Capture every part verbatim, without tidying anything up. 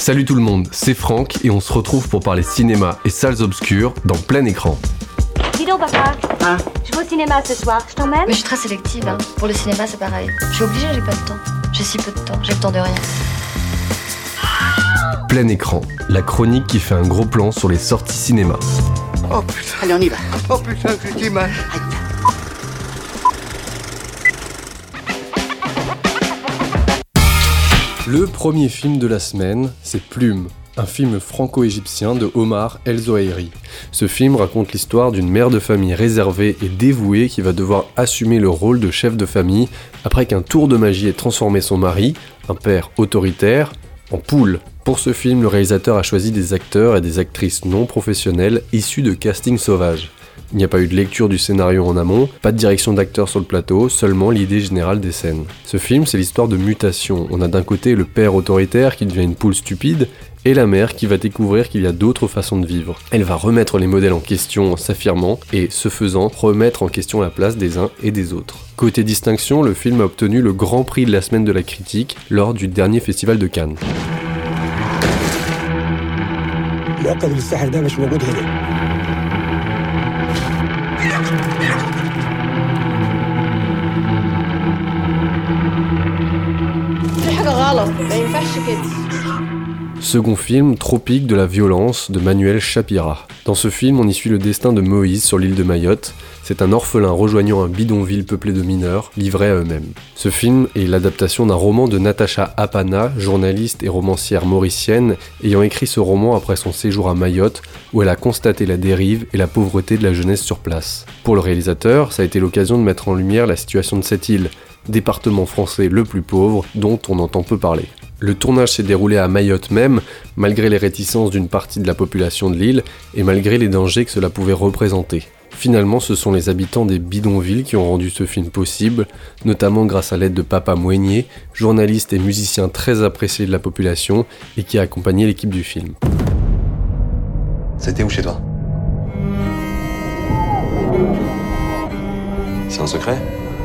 Salut tout le monde, c'est Franck et on se retrouve pour parler cinéma et salles obscures dans Plein Écran. Dis donc papa, Hein je vais au cinéma ce soir, je t'emmène? Mais je suis très sélective, hein. Pour le cinéma c'est pareil. Je suis obligée, j'ai pas le temps. J'ai si peu de temps, j'ai le temps de rien. Plein Écran, la chronique qui fait un gros plan sur les sorties cinéma. Oh putain, allez on y va. Oh putain, que j'ai mal. Aïe. Le premier film de la semaine, c'est Plume, un film franco-égyptien de Omar El Zohairi. Ce film raconte l'histoire d'une mère de famille réservée et dévouée qui va devoir assumer le rôle de chef de famille après qu'un tour de magie ait transformé son mari, un père autoritaire, en poule. Pour ce film, le réalisateur a choisi des acteurs et des actrices non professionnels issus de casting sauvage. Il n'y a pas eu de lecture du scénario en amont, pas de direction d'acteurs sur le plateau, seulement l'idée générale des scènes. Ce film, c'est l'histoire de mutation. On a d'un côté le père autoritaire qui devient une poule stupide, et la mère qui va découvrir qu'il y a d'autres façons de vivre. Elle va remettre les modèles en question en s'affirmant, et ce faisant, remettre en question la place des uns et des autres. Côté distinction, le film a obtenu le Grand Prix de la semaine de la critique lors du dernier festival de Cannes. Second film, Tropique de la violence de Manuel Chapira. Dans ce film, on y suit le destin de Moïse sur l'île de Mayotte. C'est un orphelin rejoignant un bidonville peuplé de mineurs, livrés à eux-mêmes. Ce film est l'adaptation d'un roman de Natacha Apana, journaliste et romancière mauricienne, ayant écrit ce roman après son séjour à Mayotte, où elle a constaté la dérive et la pauvreté de la jeunesse sur place. Pour le réalisateur, ça a été l'occasion de mettre en lumière la situation de cette île, département français le plus pauvre, dont on entend peu parler. Le tournage s'est déroulé à Mayotte même, malgré les réticences d'une partie de la population de l'île et malgré les dangers que cela pouvait représenter. Finalement, ce sont les habitants des bidonvilles qui ont rendu ce film possible, notamment grâce à l'aide de Papa Moigné, journaliste et musicien très apprécié de la population et qui a accompagné l'équipe du film. C'était où chez toi? C'est un secret?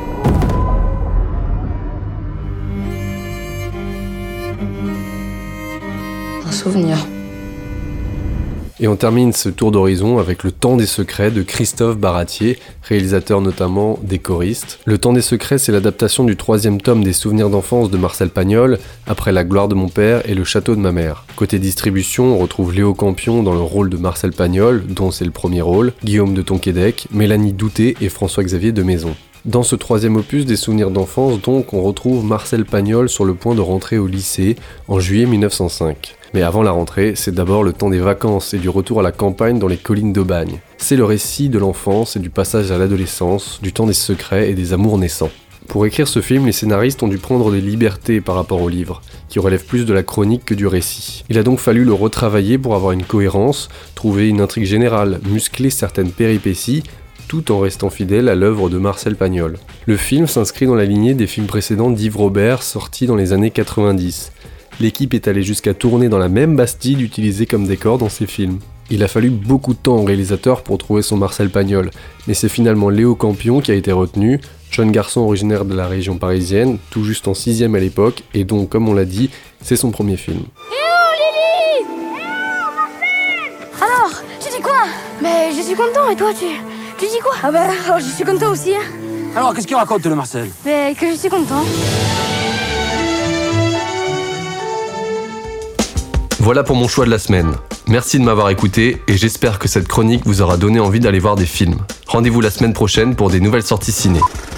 Un souvenir. Et on termine ce tour d'horizon avec Le Temps des Secrets de Christophe Baratier, réalisateur notamment des choristes. Le Temps des Secrets, c'est l'adaptation du troisième tome des Souvenirs d'enfance de Marcel Pagnol, après La gloire de mon père et Le château de ma mère. Côté distribution, on retrouve Léo Campion dans le rôle de Marcel Pagnol, dont c'est le premier rôle, Guillaume de Tonquédec, Mélanie Douté et François-Xavier de Maison. Dans ce troisième opus des Souvenirs d'enfance, donc, on retrouve Marcel Pagnol sur le point de rentrer au lycée en juillet mille neuf cent cinq. Mais avant la rentrée, c'est d'abord le temps des vacances et du retour à la campagne dans les collines d'Aubagne. C'est le récit de l'enfance et du passage à l'adolescence, du temps des secrets et des amours naissants. Pour écrire ce film, les scénaristes ont dû prendre des libertés par rapport au livre, qui relève plus de la chronique que du récit. Il a donc fallu le retravailler pour avoir une cohérence, trouver une intrigue générale, muscler certaines péripéties, tout en restant fidèle à l'œuvre de Marcel Pagnol. Le film s'inscrit dans la lignée des films précédents d'Yves Robert sortis dans les années quatre-vingt-dix. L'équipe est allée jusqu'à tourner dans la même Bastide utilisée comme décor dans ses films. Il a fallu beaucoup de temps au réalisateur pour trouver son Marcel Pagnol, mais c'est finalement Léo Campion qui a été retenu, jeune garçon originaire de la région parisienne, tout juste en sixième à l'époque, et donc, comme on l'a dit, c'est son premier film. Eh oh Lily! Eh oh Marcel! Alors, tu dis quoi? Mais je suis content, et toi tu... tu dis quoi? Ah bah, alors je suis content aussi, hein. Alors, qu'est-ce qu'il raconte le Marcel? Mais que je suis content. Voilà pour mon choix de la semaine. Merci de m'avoir écouté et j'espère que cette chronique vous aura donné envie d'aller voir des films. Rendez-vous la semaine prochaine pour des nouvelles sorties ciné.